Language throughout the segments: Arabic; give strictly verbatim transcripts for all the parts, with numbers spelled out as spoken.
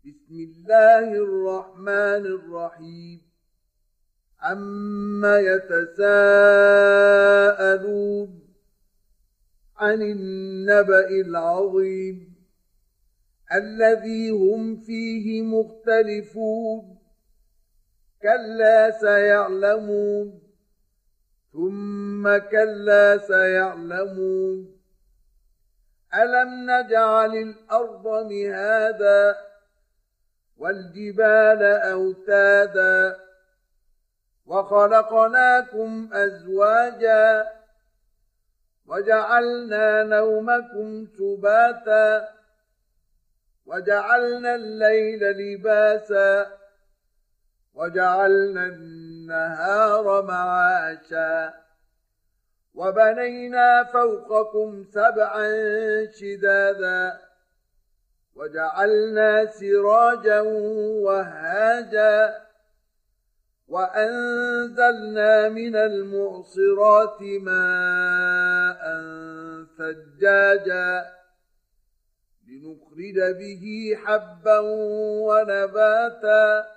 بسم الله الرحمن الرحيم عما يتساءلون عن النبأ العظيم الذي هم فيه مختلفون كلا سيعلمون ثم كلا سيعلمون ألم نجعل الأرض مهادا والجبال أوتادا وخلقناكم أزواجا وجعلنا نومكم سباتا وجعلنا الليل لباسا وجعلنا النهار معاشا وبنينا فوقكم سبعا شدادا وجعلنا سراجا وهاجا وأنزلنا من المعصرات ماء ثجاجا لنخرج به حبا ونباتا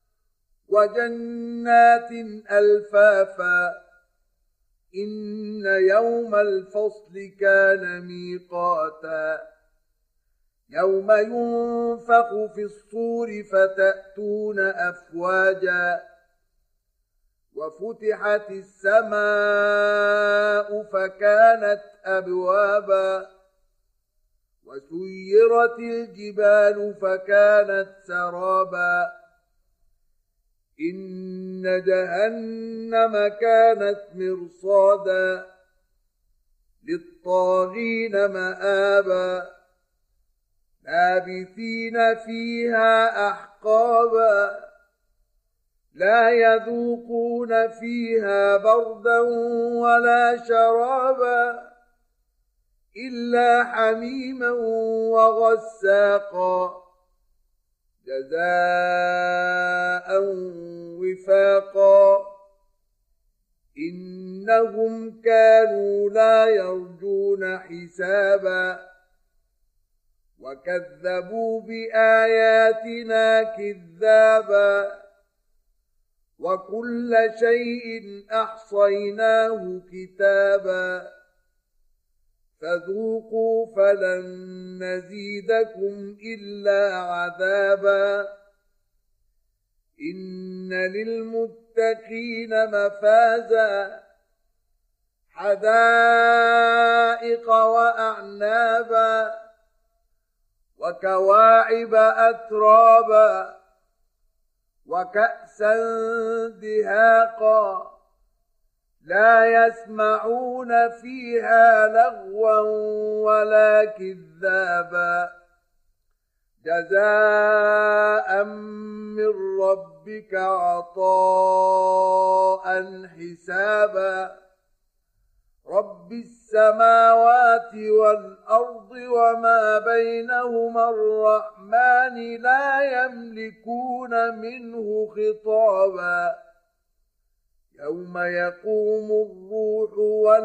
وجنات ألفافا إن يوم الفصل كان ميقاتا يوم ينفخ في الصور فتأتون أفواجا وفتحت السماء فكانت أبوابا وسيرت الجبال فكانت سرابا إن جهنم كانت مرصادا للطاغين مآبا لابثين فيها أحقابا لا يذوقون فيها بردا ولا شرابا إلا حميما وغساقا جزاء وفاقا إنهم كانوا لا يرجون حسابا وكذبوا بآياتنا كذابا وكل شيء أحصيناه كتابا فذوقوا فلن نزيدكم إلا عذابا إن للمتقين مفازا حدائق وأعنابا وكواعب أترابا وكأسا دهاقا لا يسمعون فيها لغوا ولا كذابا جزاء من ربك عطاء حسابا رب السماوات والأرض وما بينهما الرحمن لا يملكون منه خطابا يوم يقوم الروح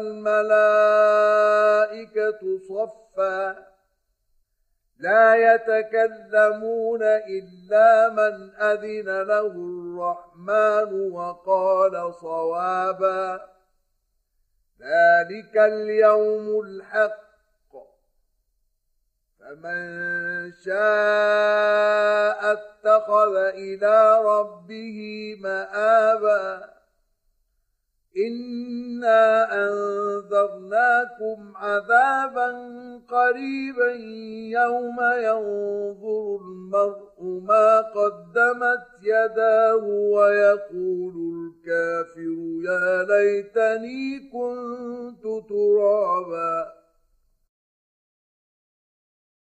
والملائكة صفا لا يتكلمون إلا من أذن له الرحمن وقال صوابا ذلك اليوم الحق فمن شاء اتخذ إلى ربه مآبا إنا أنذرناكم عذابا قريبا يوم ينظر المرء ما قدمت يداه ويقول الكافر يا ليتني كنت ترابا